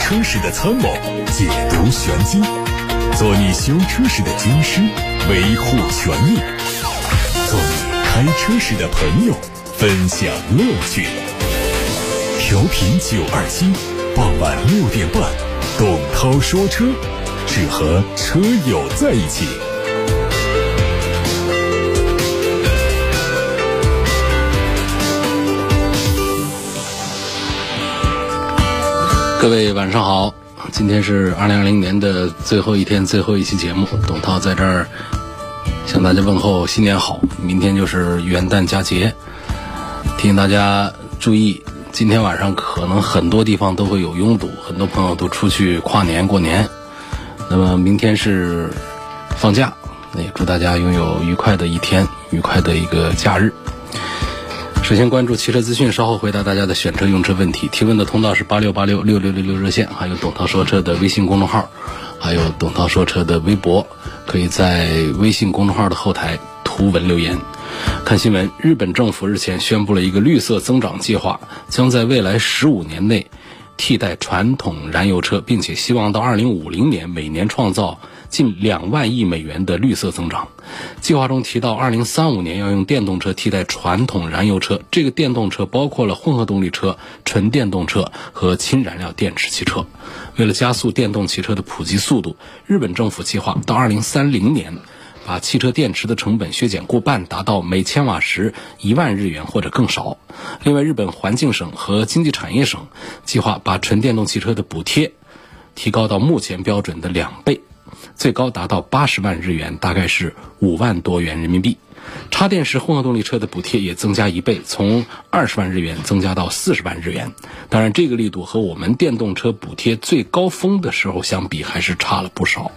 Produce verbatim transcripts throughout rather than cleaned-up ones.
车时的参谋，解读玄机，做你修车时的军师，维护权益，做你开车时的朋友，分享乐趣。调频九二七，傍晚六点半，董涛说车，只和车友在一起。 各位晚上好，今天是二零二零年的最后一天，最后一期节目，董涛在这儿向大家问候新年好。明天就是元旦佳节，提醒大家注意，今天晚上可能很多地方都会有拥堵，很多朋友都出去跨年过年。那么明天是放假，也祝大家拥有愉快的一天，愉快的一个假日。首先关注汽车资讯，稍后回答大家的选车用车问题。提问的通道是八六八六六六六六热线，还有董涛说车的微信公众号，还有董涛说车的微博，可以在微信公众号的后台图文留言。看新闻，日本政府日前宣布了一个绿色增长计划，将在未来十五年内替代传统燃油车，并且希望到二零五零年每年创造近两万亿美元的绿色增长。计划中提到二零三五年要用电动车替代传统燃油车，这个电动车包括了混合动力车、纯电动车和氢燃料电池汽车。为了加速电动汽车的普及速度，日本政府计划到二零三零年把汽车电池的成本削减过半，达到每千瓦时一万日元或者更少。另外，日本环境省和经济产业省计划把纯电动汽车的补贴提高到目前标准的两倍，最高达到八十万日元，大概是五万多元人民币。插电式混合动力车的补贴也增加一倍，从二十万日元增加到四十万日元。当然，这个力度和我们电动车补贴最高峰的时候相比，还是差了不少。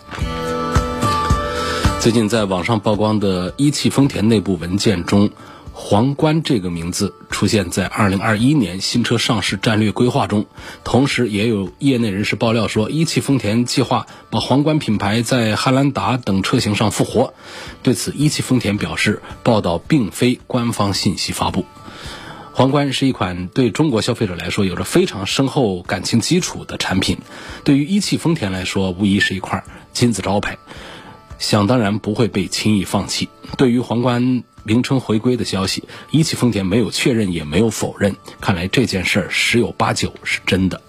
最近在网上曝光的一汽丰田内部文件中，皇冠这个名字出现在二零二一年新车上市战略规划中，同时也有业内人士爆料说，一汽丰田计划把皇冠品牌在汉兰达等车型上复活。对此，一汽丰田表示，报道并非官方信息发布。皇冠是一款对中国消费者来说有着非常深厚感情基础的产品，对于一汽丰田来说，无疑是一块金字招牌，想当然不会被轻易放弃。对于皇冠名称回归的消息，一汽丰田没有确认也没有否认，看来这件事儿十有八九是真的。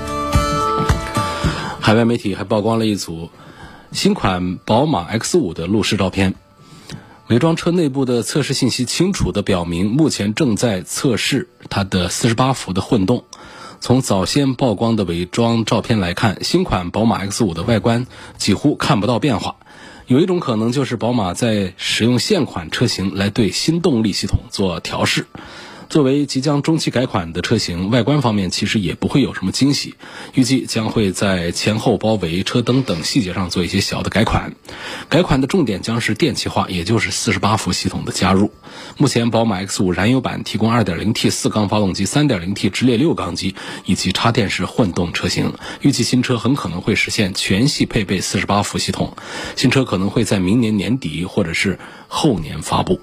海外媒体还曝光了一组新款宝马 X 五 的路试照片，伪装车内部的测试信息清楚地表明，目前正在测试它的四十八伏的混动。从早先曝光的伪装照片来看，新款宝马 X 五 的外观几乎看不到变化。有一种可能就是宝马在使用现款车型来对新动力系统做调试。作为即将中期改款的车型，外观方面其实也不会有什么惊喜，预计将会在前后包围、车灯等细节上做一些小的改款。改款的重点将是电气化，也就是四十八伏系统的加入。目前宝马 X 五 燃油版提供 二点零 T 四缸发动机、三点零 T 直列六缸机以及插电式混动车型，预计新车很可能会实现全系配备四十八伏系统。新车可能会在明年年底或者是后年发布。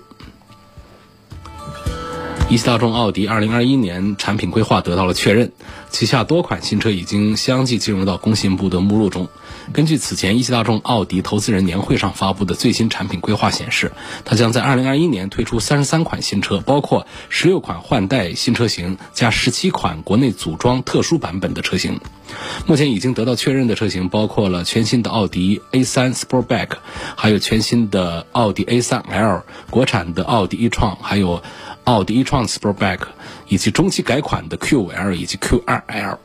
一汽大众奥迪二零二一年产品规划得到了确认，旗下多款新车已经相继进入到工信部的目录中。根据此前一汽大众奥迪投资人年会上发布的最新产品规划显示，它将在二零二一年推出三十三款新车，包括十六款换代新车型加十七款国内组装特殊版本的车型。目前已经得到确认的车型包括了全新的奥迪 A 三 Sportback， 还有全新的奥迪 A 三 L， 国产的奥迪 e-tron， 还有奥迪 e-tron Sportback， 以及中期改款的 Q 五 L 以及 Q 二 L。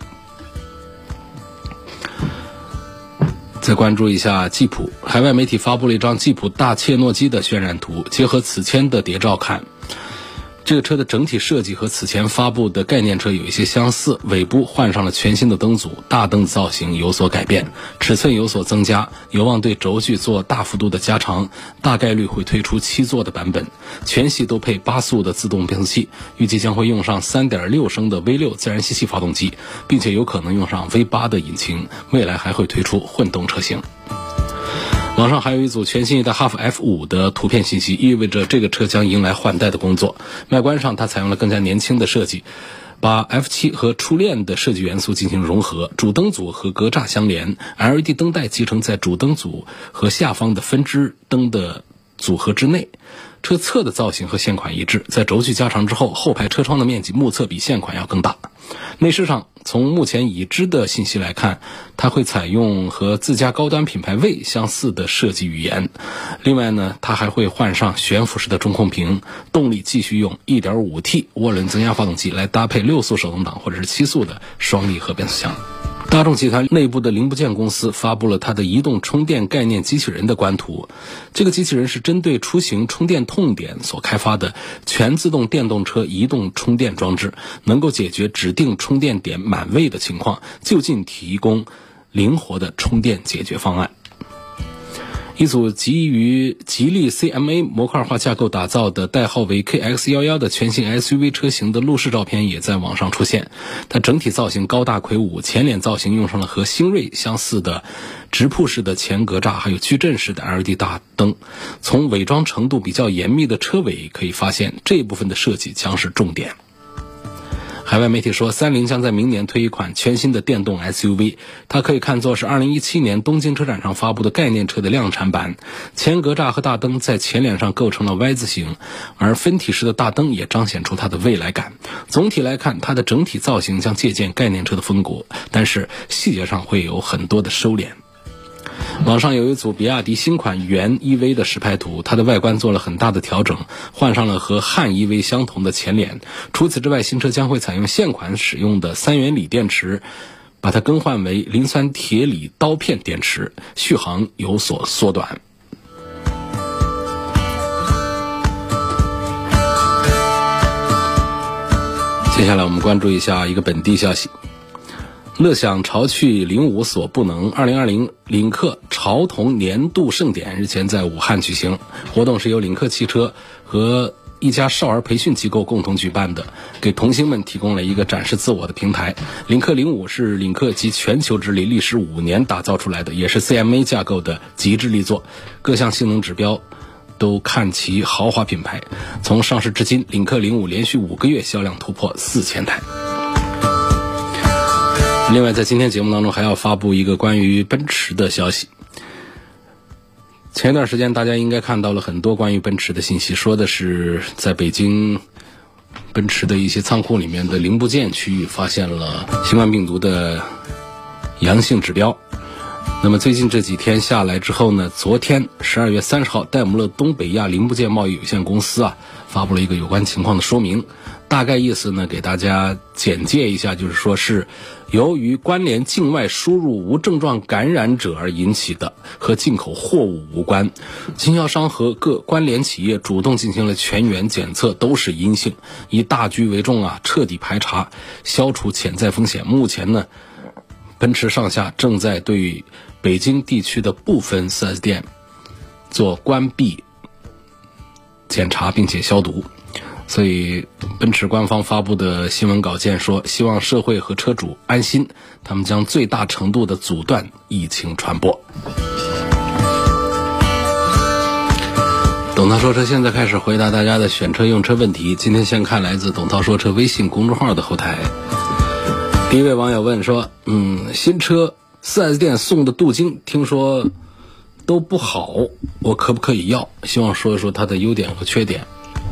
再关注一下吉普，海外媒体发布了一张吉普大切诺基的渲染图，结合此前的谍照看，这个车的整体设计和此前发布的概念车有一些相似，尾部换上了全新的灯组，大灯造型有所改变，尺寸有所增加，有望对轴距做大幅度的加长，大概率会推出七座的版本，全系都配八速的自动变速器，预计将会用上 三点六升的 V 六 自然吸气发动机，并且有可能用上 V 八 的引擎，未来还会推出混动车型。网上还有一组全新一代哈弗 F 五 的图片信息，意味着这个车将迎来换代的工作。外观上它采用了更加年轻的设计， 把 F 七 和初恋的设计元素进行融合，主灯组和格栅相连， L E D 灯带集成在主灯组和下方的分支灯的组合之内。车侧的造型和现款一致，在轴距加长之后，后排车窗的面积目测比现款要更大。内饰上，从目前已知的信息来看，它会采用和自家高端品牌魏相似的设计语言。另外呢，它还会换上悬浮式的中控屏，动力继续用 一点五 T 涡轮增压发动机来搭配六速手动挡或者是七速的双离合变速箱。大众集团内部的零部件公司发布了它的移动充电概念机器人的官图。这个机器人是针对出行充电痛点所开发的全自动电动车移动充电装置，能够解决指定充电点满位的情况，就近提供灵活的充电解决方案。一组基于吉利 C M A 模块化架构打造的代号为 K X 十一 的全新 S U V 车型的路试照片也在网上出现。它整体造型高大魁梧，前脸造型用上了和星瑞相似的直瀑式的前格栅，还有矩阵式的 L E D 大灯。从伪装程度比较严密的车尾可以发现，这一部分的设计将是重点。海外媒体说，三菱将在明年推一款全新的电动 S U V， 它可以看作是二零一七年东京车展上发布的概念车的量产版。前格栅和大灯在前脸上构成了 Y 字形，而分体式的大灯也彰显出它的未来感。总体来看，它的整体造型将借鉴概念车的风格，但是细节上会有很多的收敛。网上有一组比亚迪新款元 E V 的实拍图，它的外观做了很大的调整，换上了和汉 E V 相同的前脸。除此之外，新车将会采用现款使用的三元锂电池，把它更换为磷酸铁锂刀片电池，续航有所缩短。接下来我们关注一下一个本地消息。乐享潮趣零五所不能二零二零领克潮童年度盛典日前在武汉举行，活动是由领克汽车和一家少儿培训机构共同举办的，给童星们提供了一个展示自我的平台。领克零五是领克集全球之力历时五年打造出来的，也是 C M A 架构的极致力作，各项性能指标都看齐豪华品牌。从上市至今，领克零五连续五个月销量突破四千台。另外，在今天节目当中还要发布一个关于奔驰的消息。前一段时间大家应该看到了很多关于奔驰的信息，说的是在北京奔驰的一些仓库里面的零部件区域发现了新冠病毒的阳性指标。那么最近这几天下来之后呢，昨天十二月三十号，戴姆勒东北亚零部件贸易有限公司啊发布了一个有关情况的说明。大概意思呢，给大家简介一下，就是说是由于关联境外输入无症状感染者而引起的，和进口货物无关。经销商和各关联企业主动进行了全员检测，都是阴性，以大局为重啊，彻底排查，消除潜在风险。目前呢，奔驰上下正在对北京地区的部分 四 S 店做关闭检查并且消毒。所以奔驰官方发布的新闻稿件说，希望社会和车主安心，他们将最大程度的阻断疫情传播。董涛说车现在开始回答大家的选车用车问题。今天先看来自董涛说车微信公众号的后台。第一位网友问说，嗯，新车 四 S 店送的镀金听说都不好，我可不可以要？希望说一说它的优点和缺点。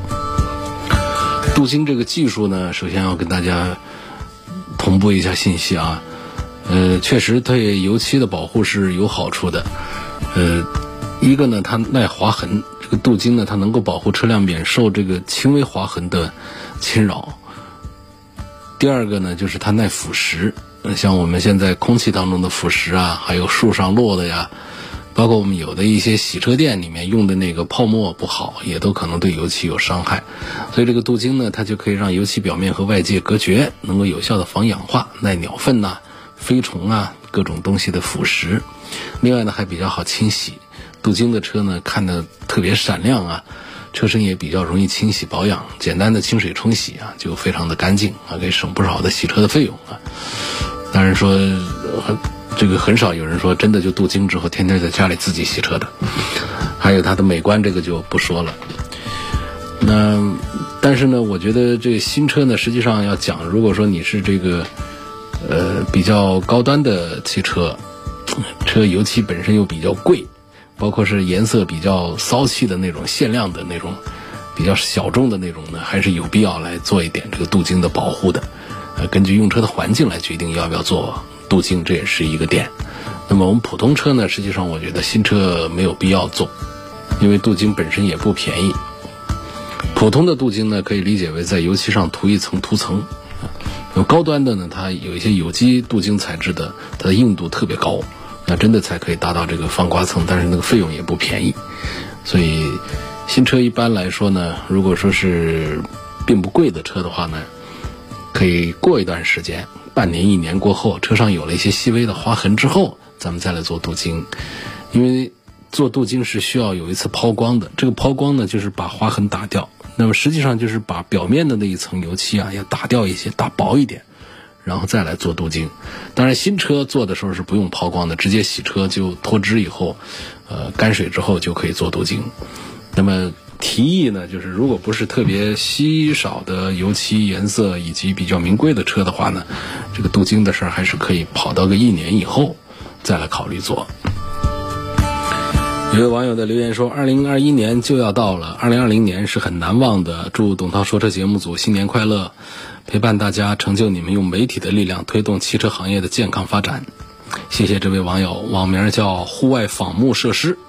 镀金这个技术呢，首先要跟大家同步一下信息啊，呃，确实对油漆的保护是有好处的，呃，一个呢，它耐划痕，这个镀金呢，它能够保护车辆免受这个轻微划痕的侵扰。第二个呢，就是它耐腐蚀，像我们现在空气当中的腐蚀啊，还有树上落的呀，包括我们有的一些洗车店里面用的那个泡沫不好，也都可能对油漆有伤害。所以这个镀金呢，它就可以让油漆表面和外界隔绝，能够有效的防氧化，耐鸟粪呐、飞虫啊各种东西的腐蚀。另外呢，还比较好清洗，镀金的车呢看得特别闪亮啊，车身也比较容易清洗保养，简单的清水冲洗啊就非常的干净啊，可以省不少的洗车的费用啊。当然说这个很少有人说真的就镀金之后天天在家里自己洗车的。还有它的美观，这个就不说了。那但是呢，我觉得这个新车呢，实际上要讲，如果说你是这个呃比较高端的汽车，车油漆本身又比较贵，包括是颜色比较骚气的那种限量的那种比较小众的那种呢，还是有必要来做一点这个镀金的保护的。呃，根据用车的环境来决定要不要做镀金，这也是一个点。那么我们普通车呢，实际上我觉得新车没有必要做，因为镀金本身也不便宜。普通的镀金呢，可以理解为在油漆上涂一层涂层。有高端的呢，它有一些有机镀金材质的，它的硬度特别高，那真的才可以达到这个防刮层，但是那个费用也不便宜。所以新车一般来说呢，如果说是并不贵的车的话呢，可以过一段时间，半年一年过后，车上有了一些细微的划痕之后，咱们再来做镀金。因为做镀金是需要有一次抛光的，这个抛光呢就是把划痕打掉，那么实际上就是把表面的那一层油漆啊要打掉一些，打薄一点，然后再来做镀金。当然新车做的时候是不用抛光的，直接洗车就脱脂以后呃，干水之后就可以做镀金。那么提议呢，就是如果不是特别稀少的油漆颜色以及比较名贵的车的话呢，这个镀金的事儿还是可以跑到个一年以后再来考虑做。有位网友的留言说，二零二一年就要到了，二零二零年是很难忘的，祝董涛说车节目组新年快乐，陪伴大家，成就你们用媒体的力量推动汽车行业的健康发展。谢谢这位网友，网名叫户外仿木设施。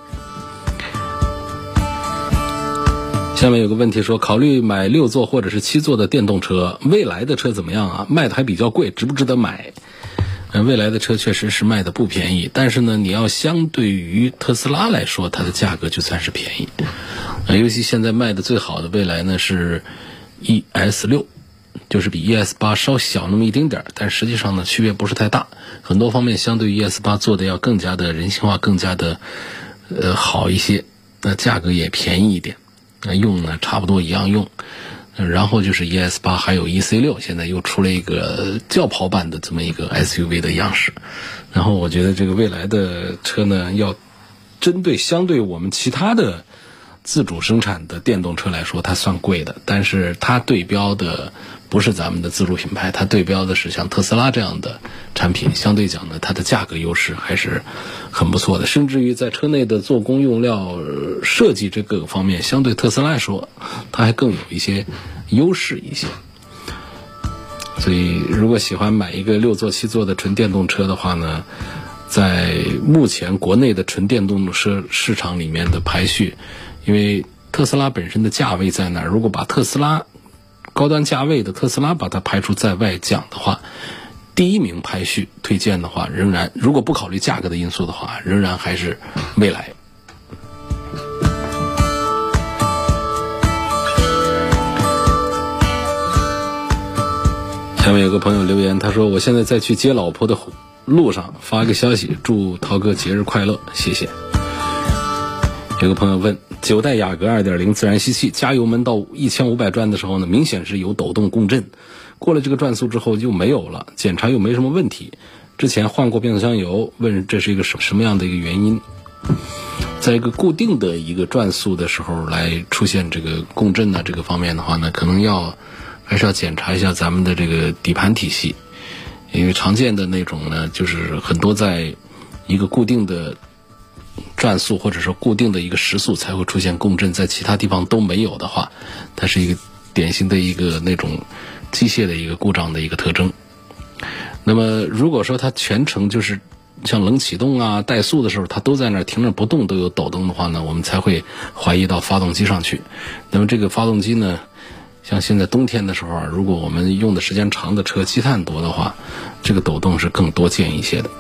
下面有个问题说，考虑买六座或者是七座的电动车，蔚来的车怎么样啊？卖的还比较贵，值不值得买？呃，蔚来的车确实是卖的不便宜，但是呢，你要相对于特斯拉来说，它的价格就算是便宜。呃，尤其现在卖的最好的蔚来呢是 E S 六， 就是比 E S 八 稍小那么一丁点，但实际上呢区别不是太大，很多方面相对于 E S 八 做的要更加的人性化，更加的呃好一些，那价格也便宜一点。那用呢差不多一样用，然后就是 E S 八 还有 E C 六， 现在又出了一个轿跑版的这么一个 S U V 的样式。然后我觉得这个蔚来的车呢，要针对相对我们其他的自主生产的电动车来说，它算贵的，但是它对标的不是咱们的自主品牌，它对标的是像特斯拉这样的产品，相对讲呢，它的价格优势还是很不错的，甚至于在车内的做工用料设计这个方面，相对特斯拉来说，它还更有一些优势一些。所以如果喜欢买一个六座七座的纯电动车的话呢，在目前国内的纯电动车市场里面的排序，因为特斯拉本身的价位在那儿，如果把特斯拉高端价位的特斯拉把它排除在外讲的话，第一名排序推荐的话，仍然如果不考虑价格的因素的话，仍然还是蔚来。下面有个朋友留言，他说我现在在去接老婆的路上，发个消息祝涛哥节日快乐，谢谢。有个朋友问，九代雅阁 二点零 自然吸气，加油门到一千五百转的时候呢，明显是有抖动共振，过了这个转速之后就没有了，检查又没什么问题，之前换过变速箱油，问这是一个什什么样的一个原因。在一个固定的一个转速的时候来出现这个共振呢，这个方面的话呢，可能要还是要检查一下咱们的这个底盘体系，因为常见的那种呢，就是很多在一个固定的转速或者说固定的一个时速才会出现共振，在其他地方都没有的话，它是一个典型的一个那种机械的一个故障的一个特征。那么如果说它全程就是像冷启动啊怠速的时候它都在那儿停着不动都有抖动的话呢，我们才会怀疑到发动机上去。那么这个发动机呢，像现在冬天的时候啊，如果我们用的时间长的车积碳多的话，这个抖动是更多见一些的。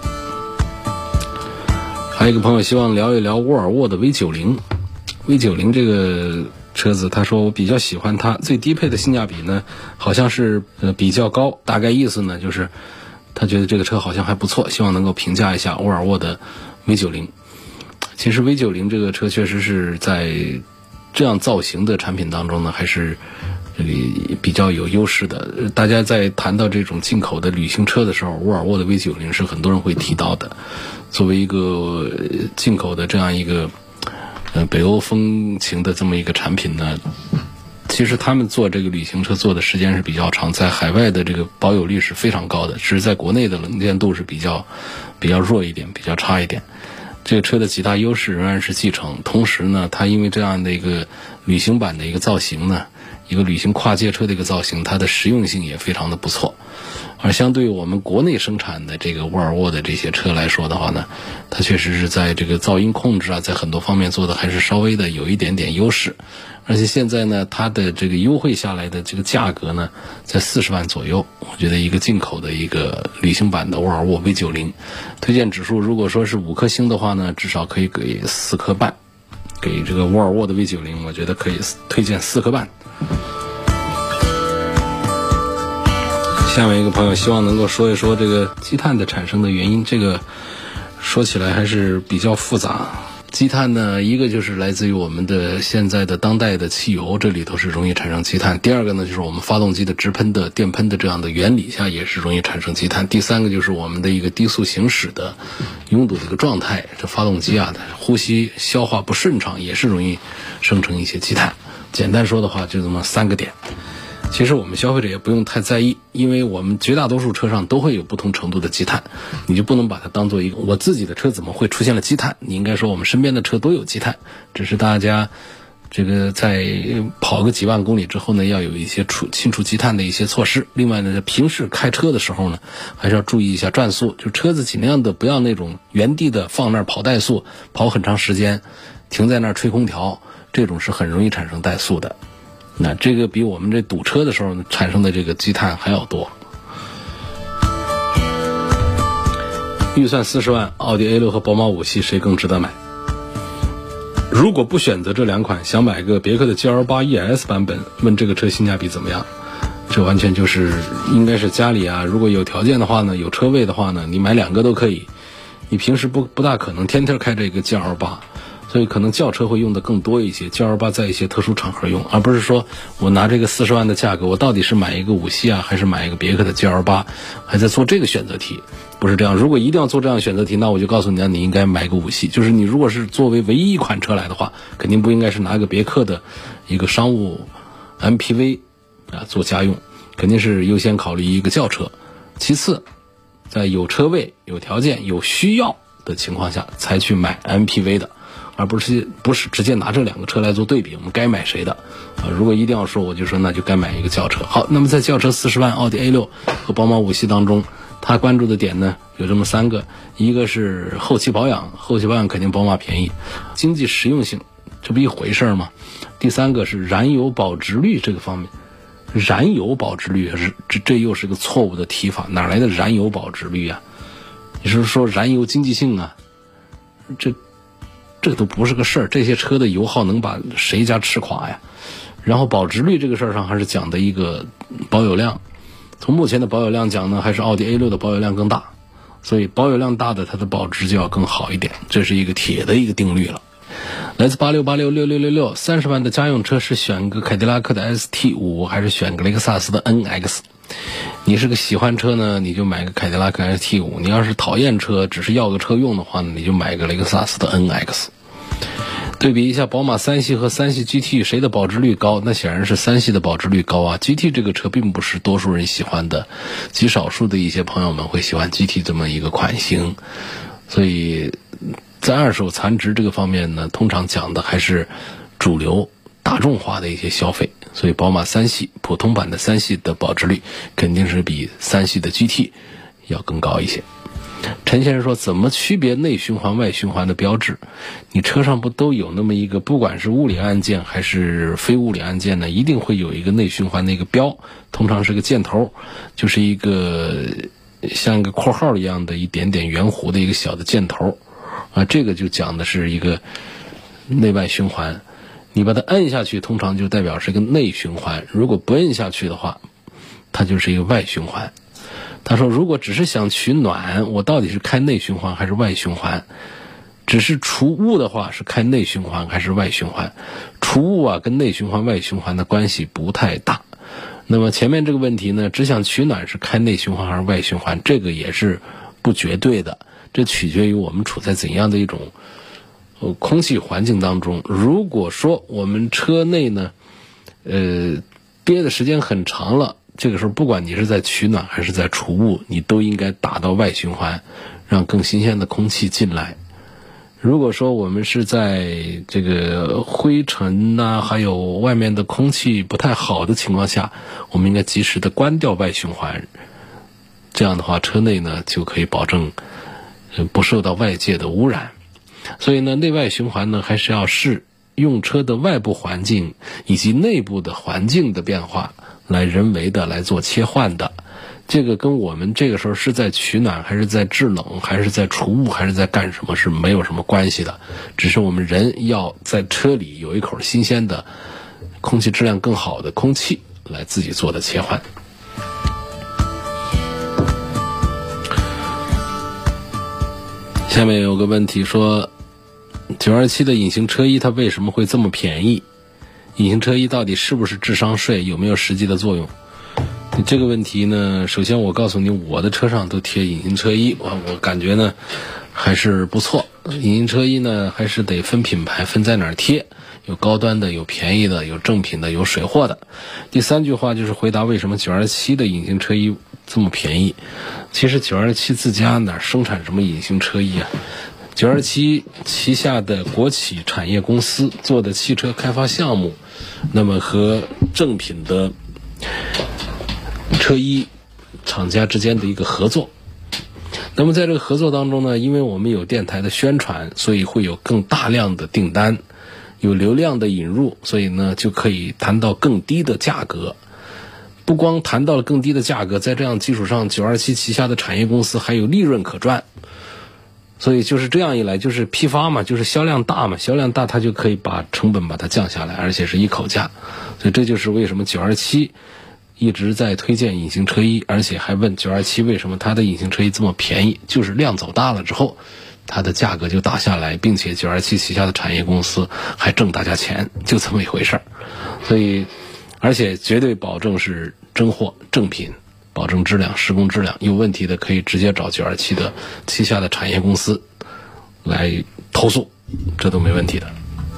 还有一个朋友希望聊一聊沃尔沃的 V 九十 V 九十 这个车子，他说我比较喜欢它，最低配的性价比呢好像是呃比较高，大概意思呢就是他觉得这个车好像还不错，希望能够评价一下沃尔沃的 V 九十。 其实 V 九十 这个车确实是在这样造型的产品当中呢还是这个比较有优势的。大家在谈到这种进口的旅行车的时候，沃尔沃的 V 九十 是很多人会提到的。作为一个进口的这样一个呃北欧风情的这么一个产品呢，其其实他们做这个旅行车做的时间是比较长，在海外的这个保有率是非常高的，只是在国内的能见度是比较比较弱一点，比较差一点。这个车的几大优势仍然是继承，同时呢，它因为这样的一个旅行版的一个造型呢，一个旅行跨界车的一个造型，它的实用性也非常的不错。而相对于我们国内生产的这个沃尔沃的这些车来说的话呢，它确实是在这个噪音控制啊，在很多方面做的还是稍微的有一点点优势。而且现在呢，它的这个优惠下来的这个价格呢，在四十万左右。我觉得一个进口的一个旅行版的沃尔沃 V 九十， 推荐指数如果说是五颗星的话呢，至少可以给四颗半。给这个沃尔沃的 V 九十， 我觉得可以推荐四颗半。下面一个朋友希望能够说一说这个积碳的产生的原因，这个说起来还是比较复杂。积碳呢，一个就是来自于我们的现在的当代的汽油，这里头是容易产生积碳；第二个呢，就是我们发动机的直喷的电喷的这样的原理下也是容易产生积碳；第三个就是我们的一个低速行驶的拥堵的一个状态，这发动机啊，呼吸消化不顺畅，也是容易生成一些积碳。简单说的话，就这么三个点。其实我们消费者也不用太在意，因为我们绝大多数车上都会有不同程度的积碳，你就不能把它当做一个我自己的车怎么会出现了积碳，你应该说我们身边的车都有积碳，只是大家这个在跑个几万公里之后呢，要有一些除清除积碳的一些措施。另外呢，平时开车的时候呢，还是要注意一下转速，就车子尽量的不要那种原地的放那儿跑怠速，跑很长时间停在那儿吹空调，这种是很容易产生怠速的。那这个比我们这堵车的时候产生的这个积碳还要多。预算四十万，奥迪 A 六 和宝马五系谁更值得买？如果不选择这两款，想买个别克的 G L 八 E S 版本，问这个车性价比怎么样？这完全就是应该是家里啊，如果有条件的话呢，有车位的话呢，你买两个都可以。你平时不不大可能天天开这个 G L 八。所以可能轿车会用的更多一些 ，G L 八 在一些特殊场合用，而不是说我拿这个四十万的价格，我到底是买一个五系啊，还是买一个别克的 G L 八， 还在做这个选择题，不是这样。如果一定要做这样选择题，那我就告诉你，你应该买个五系。就是你如果是作为唯一一款车来的话，肯定不应该是拿一个别克的一个商务 M P V 啊做家用，肯定是优先考虑一个轿车。其次，在有车位、有条件、有需要的情况下，才去买 M P V 的。而不是不是直接拿这两个车来做对比，我们该买谁的啊？如果一定要说，我就说那就该买一个轿车。好，那么在轿车四十万奥迪 A 六 和宝马五系当中，他关注的点呢有这么三个，一个是后期保养，后期保养肯定宝马便宜，经济实用性这不一回事吗？第三个是燃油保值率这个方面，燃油保值率是这这又是个错误的提法，哪来的燃油保值率啊？你是说燃油经济性啊？这这都不是个事儿，这些车的油耗能把谁家吃垮呀？然后保值率这个事儿上还是讲的一个保有量，从目前的保有量讲呢，还是奥迪 A 六 的保有量更大，所以保有量大的它的保值就要更好一点，这是一个铁的一个定律了。来自八六八六六六六六，三十万的家用车是选个凯迪拉克的 S T 五 还是选个雷克萨斯的 N X？ 你是个喜欢车呢，你就买个凯迪拉克 S T 五， 你要是讨厌车，只是要个车用的话呢，你就买个雷克萨斯的 N X。 对比一下宝马三系和三系 G T 谁的保值率高，那显然是三系的保值率高啊。 G T 这个车并不是多数人喜欢的，极少数的一些朋友们会喜欢 G T 这么一个款型，所以在二手残值这个方面呢，通常讲的还是主流大众化的一些消费，所以宝马三系普通版的三系的保值率肯定是比三系的 G T 要更高一些。陈先生说，怎么区别内循环外循环的标志？你车上不都有那么一个，不管是物理按键还是非物理按键呢，一定会有一个内循环的一个标，通常是个箭头，就是一个像一个括号一样的一点点圆弧的一个小的箭头啊，这个就讲的是一个内外循环。你把它摁下去，通常就代表是一个内循环，如果不摁下去的话，它就是一个外循环。他说，如果只是想取暖，我到底是开内循环还是外循环？只是除雾的话，是开内循环还是外循环？除雾啊，跟内循环外循环的关系不太大。那么前面这个问题呢，只想取暖是开内循环还是外循环，这个也是不绝对的，这取决于我们处在怎样的一种呃空气环境当中。如果说我们车内呢呃，憋的时间很长了，这个时候不管你是在取暖还是在除雾，你都应该打到外循环，让更新鲜的空气进来。如果说我们是在这个灰尘呐、啊，还有外面的空气不太好的情况下，我们应该及时的关掉外循环，这样的话车内呢就可以保证不受到外界的污染。所以呢，内外循环呢还是要视用车的外部环境以及内部的环境的变化来人为的来做切换的。这个跟我们这个时候是在取暖还是在制冷还是在除雾还是在干什么是没有什么关系的，只是我们人要在车里有一口新鲜的空气质量更好的空气来自己做的切换。下面有个问题说，九二七的隐形车衣它为什么会这么便宜？隐形车衣到底是不是智商税，有没有实际的作用？这个问题呢，首先我告诉你，我的车上都贴隐形车衣，我我感觉呢还是不错。隐形车衣呢还是得分品牌，分在哪儿贴，有高端的，有便宜的，有正品的，有水货的。第三句话就是回答为什么九二七的隐形车衣这么便宜。其实九二七自家哪生产什么隐形车衣啊？九二七旗下的国企产业公司做的汽车开发项目，那么和正品的车衣厂家之间的一个合作。那么在这个合作当中呢，因为我们有电台的宣传，所以会有更大量的订单，有流量的引入，所以呢就可以谈到更低的价格。不光谈到了更低的价格，在这样基础上，九二七旗下的产业公司还有利润可赚。所以就是这样一来，就是批发嘛，就是销量大嘛，销量大它就可以把成本把它降下来，而且是一口价。所以这就是为什么九二七一直在推荐隐形车衣，而且还问九二七为什么它的隐形车衣这么便宜，就是量走大了之后它的价格就打下来，并且九二七旗下的产业公司还挣大家钱，就这么一回事儿。所以而且绝对保证是真货正品，保证质量施工质量，有问题的可以直接找九二七的旗下的产业公司来投诉，这都没问题的。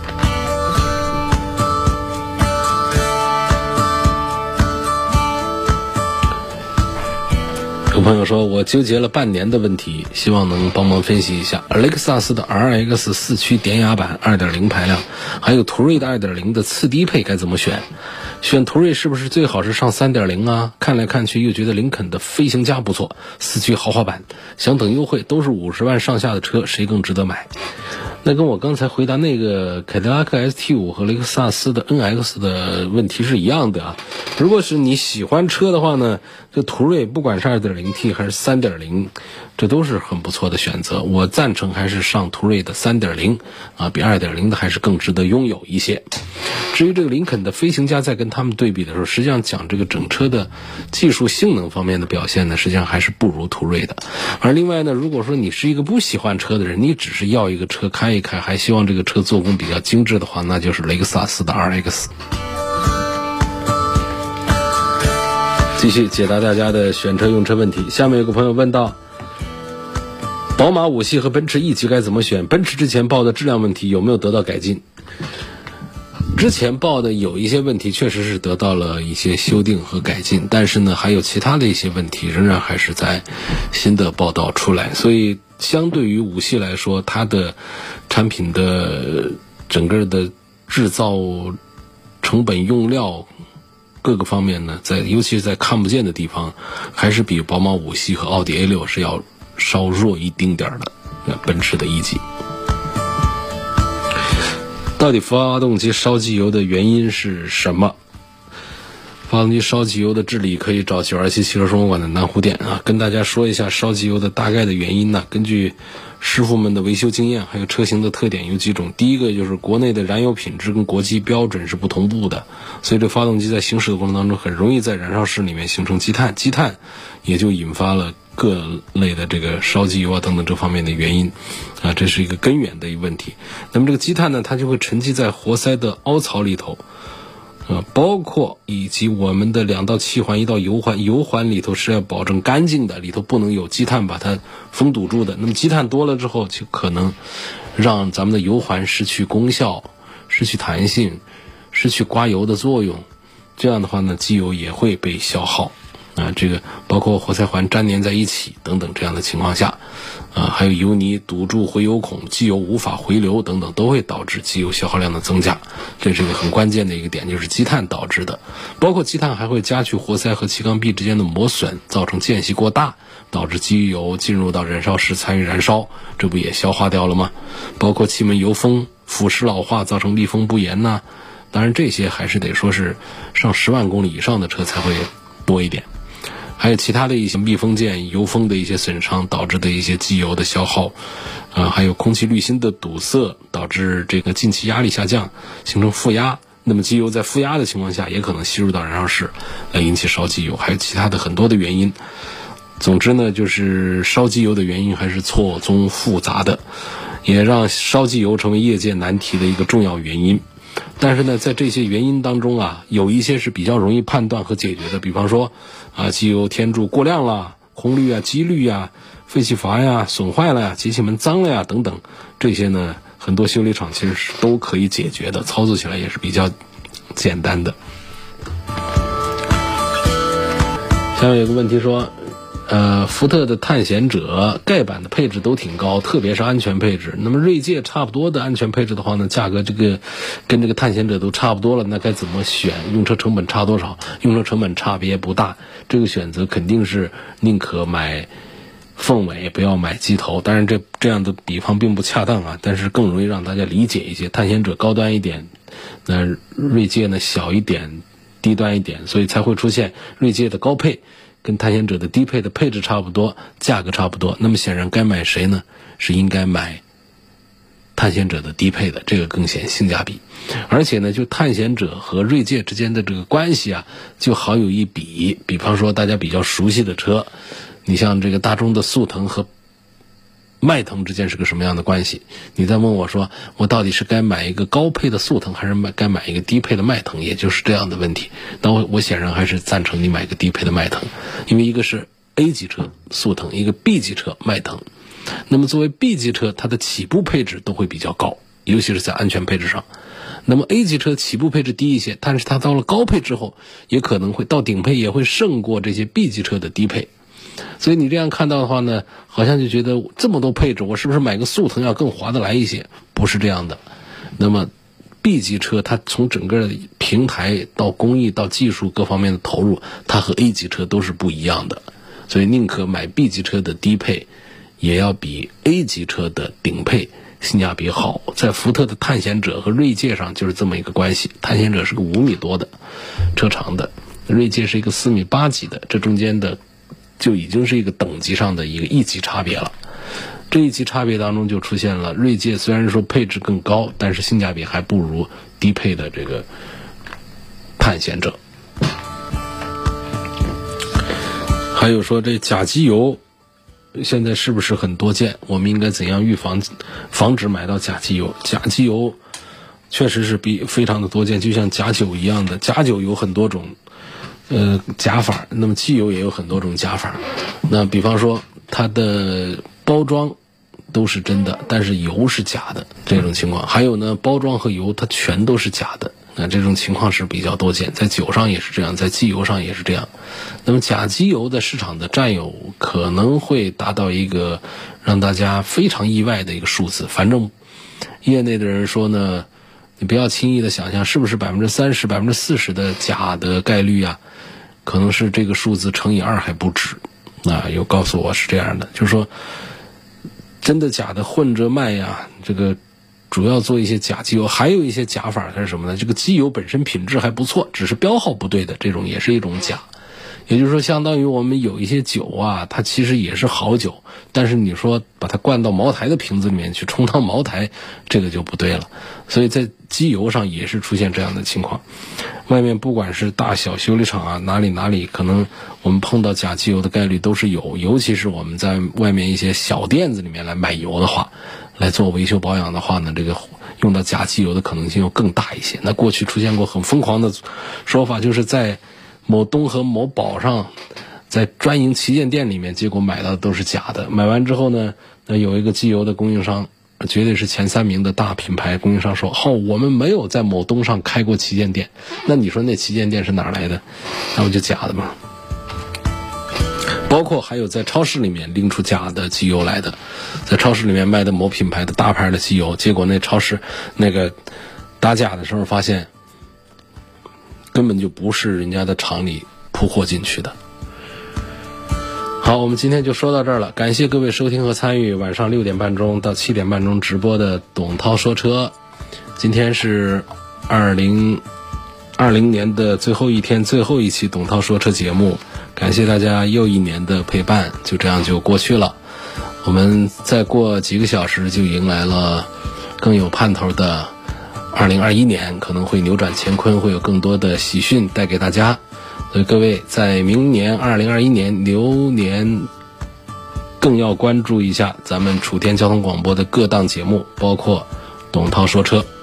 有朋友说，我纠结了半年的问题，希望能帮忙分析一下。雷克萨斯的 R X 四驱典雅版 二点零 排量，还有途锐的 二点零 的次低配该怎么选？选途锐是不是最好是上 三点零 啊？看来看去又觉得林肯的飞行家不错，四驱豪华版，想等优惠，都是五十万上下的车，谁更值得买？那跟我刚才回答那个凯迪拉克 S T 五 和雷克萨斯的 N X 的问题是一样的啊。如果是你喜欢车的话呢，这途锐不管是 二点零 T 还是 三点零， 这都是很不错的选择。我赞成还是上途锐的 三点零 啊，比 二点零 的还是更值得拥有一些。至于这个林肯的飞行家，在跟他们对比的时候，实际上讲这个整车的技术性能方面的表现呢，实际上还是不如途锐的。而另外呢，如果说你是一个不喜欢车的人，你只是要一个车开一开，还希望这个车做工比较精致的话，那就是雷克萨斯的 R X。 继续解答大家的选车用车问题。下面有个朋友问到，宝马五系和奔驰 E 级该怎么选？奔驰之前报的质量问题有没有得到改进？之前报的有一些问题确实是得到了一些修订和改进，但是呢还有其他的一些问题仍然还是在新的报道出来。所以相对于五系来说，它的产品的整个的制造成本用料各个方面呢，在尤其是在看不见的地方，还是比宝马五系和奥迪 A 六 是要稍弱一丁点的奔驰的 E 级。到底发动机烧机油的原因是什么？发动机烧机油的治理可以找九二七汽车生活馆的南湖店啊。跟大家说一下烧机油的大概的原因呢，根据师傅们的维修经验还有车型的特点有几种。第一个就是国内的燃油品质跟国际标准是不同步的，所以这发动机在行驶的过程当中很容易在燃烧室里面形成积碳，积碳也就引发了各类的这个烧机油啊等等这方面的原因啊，这是一个根源的一个问题。那么这个积碳呢，它就会沉积在活塞的凹槽里头啊，包括以及我们的两道气环一道油环，油环里头是要保证干净的，里头不能有积碳把它封堵住的。那么积碳多了之后，就可能让咱们的油环失去功效，失去弹性，失去刮油的作用这样的话呢，机油也会被消耗啊，这个包括活塞环粘连在一起等等这样的情况下啊，还有油泥堵住回油孔，机油无法回流等等，都会导致机油消耗量的增加。这是一个很关键的一个点，就是积碳导致的。包括积碳还会加剧活塞和气缸壁之间的磨损，造成间隙过大，导致机油进入到燃烧室参与燃烧，这不也消化掉了吗？包括气门油封、腐蚀老化，造成密封不严呐、啊。当然这些还是得说是上十万公里以上的车才会多一点。还有其他的一些密封件、油封的一些损伤导致的一些机油的消耗，啊，还有空气滤芯的堵塞导致这个进气压力下降，形成负压。那么机油在负压的情况下也可能吸入到燃烧室，来引起烧机油，还有其他的很多的原因。总之呢，就是烧机油的原因还是错综复杂的，也让烧机油成为业界难题的一个重要原因。但是呢，在这些原因当中啊，有一些是比较容易判断和解决的，比方说啊，机油天柱过量了、空滤啊、机滤啊、废气阀呀损坏了呀、节气门脏了呀等等，这些呢，很多修理厂其实是都可以解决的，操作起来也是比较简单的。下面有个问题说，呃，福特的探险者盖板的配置都挺高，特别是安全配置。那么锐界差不多的安全配置的话呢，价格这个跟这个探险者都差不多了，那该怎么选？用车成本差多少？用车成本差别不大，这个选择肯定是宁可买凤尾不要买机头。当然这这样的比方并不恰当啊，但是更容易让大家理解一些。探险者高端一点，那锐界呢小一点，低端一点，所以才会出现锐界的高配跟探险者的低配的配置差不多，价格差不多。那么显然该买谁呢？是应该买探险者的低配的，这个更显性价比。而且呢，就探险者和锐界之间的这个关系啊，就好有一比。比方说大家比较熟悉的车，你像这个大众的速腾和迈腾之间是个什么样的关系？你再问我说，我到底是该买一个高配的速腾，还是买该买一个低配的迈腾？也就是这样的问题。那我我显然还是赞成你买个低配的迈腾，因为一个是 A 级车速腾，一个 B 级车迈腾。那么作为 B 级车，它的起步配置都会比较高，尤其是在安全配置上。那么 A 级车起步配置低一些，但是它到了高配之后，也可能会到顶配，也会胜过这些 B 级车的低配。所以你这样看到的话呢，好像就觉得这么多配置，我是不是买个速腾要更划得来一些？不是这样的。那么 B 级车它从整个平台到工艺到技术各方面的投入，它和 A 级车都是不一样的。所以宁可买 B 级车的低配，也要比 A 级车的顶配性价比好。在福特的探险者和锐界上就是这么一个关系。探险者是个五米多的车长的，锐界是一个四米八几的，这中间的就已经是一个等级上的一个一级差别了。这一级差别当中就出现了，锐界虽然说配置更高，但是性价比还不如低配的这个探险者。还有说这假机油现在是不是很多见？我们应该怎样预防防止买到假机油？假机油确实是比非常的多见，就像假酒一样的，假酒有很多种呃假法，那么机油也有很多种假法。那比方说它的包装都是真的，但是油是假的，这种情况。还有呢，包装和油它全都是假的，那这种情况是比较多见，在酒上也是这样，在机油上也是这样。那么假机油的市场的占有可能会达到一个让大家非常意外的一个数字。反正业内的人说呢，你不要轻易的想象是不是百分之三十、百分之四十的假的概率啊，可能是这个数字乘以二还不止。啊，有告诉我是这样的，就是说真的假的混着卖呀，这个主要做一些假机油，还有一些假法它是什么呢？这个机油本身品质还不错，只是标号不对的，这种也是一种假。也就是说，相当于我们有一些酒啊，它其实也是好酒，但是你说把它灌到茅台的瓶子里面去充当茅台，这个就不对了。所以在机油上也是出现这样的情况。外面不管是大小修理厂啊，哪里哪里，可能我们碰到假机油的概率都是有。尤其是我们在外面一些小店子里面来买油的话，来做维修保养的话呢，这个用到假机油的可能性又更大一些。那过去出现过很疯狂的说法，就是在某东和某宝上，在专营旗舰店里面，结果买到的都是假的。买完之后呢，那有一个机油的供应商绝对是前三名的大品牌供应商说，哦，我们没有在某东上开过旗舰店。那你说那旗舰店是哪来的？那不就假的吗？包括还有在超市里面拎出假的机油来的，在超市里面卖的某品牌的大牌的机油，结果那超市那个打假的时候发现根本就不是人家的厂里铺货进去的。好，我们今天就说到这儿了，感谢各位收听和参与晚上六点半钟到七点半钟直播的董涛说车。今天是二零二零年的最后一天，最后一期董涛说车节目，感谢大家又一年的陪伴，就这样就过去了。我们再过几个小时就迎来了更有盼头的二零二一年，可能会扭转乾坤，会有更多的喜讯带给大家。所以各位在明年二零二一年牛年更要关注一下咱们楚天交通广播的各档节目，包括董涛说车。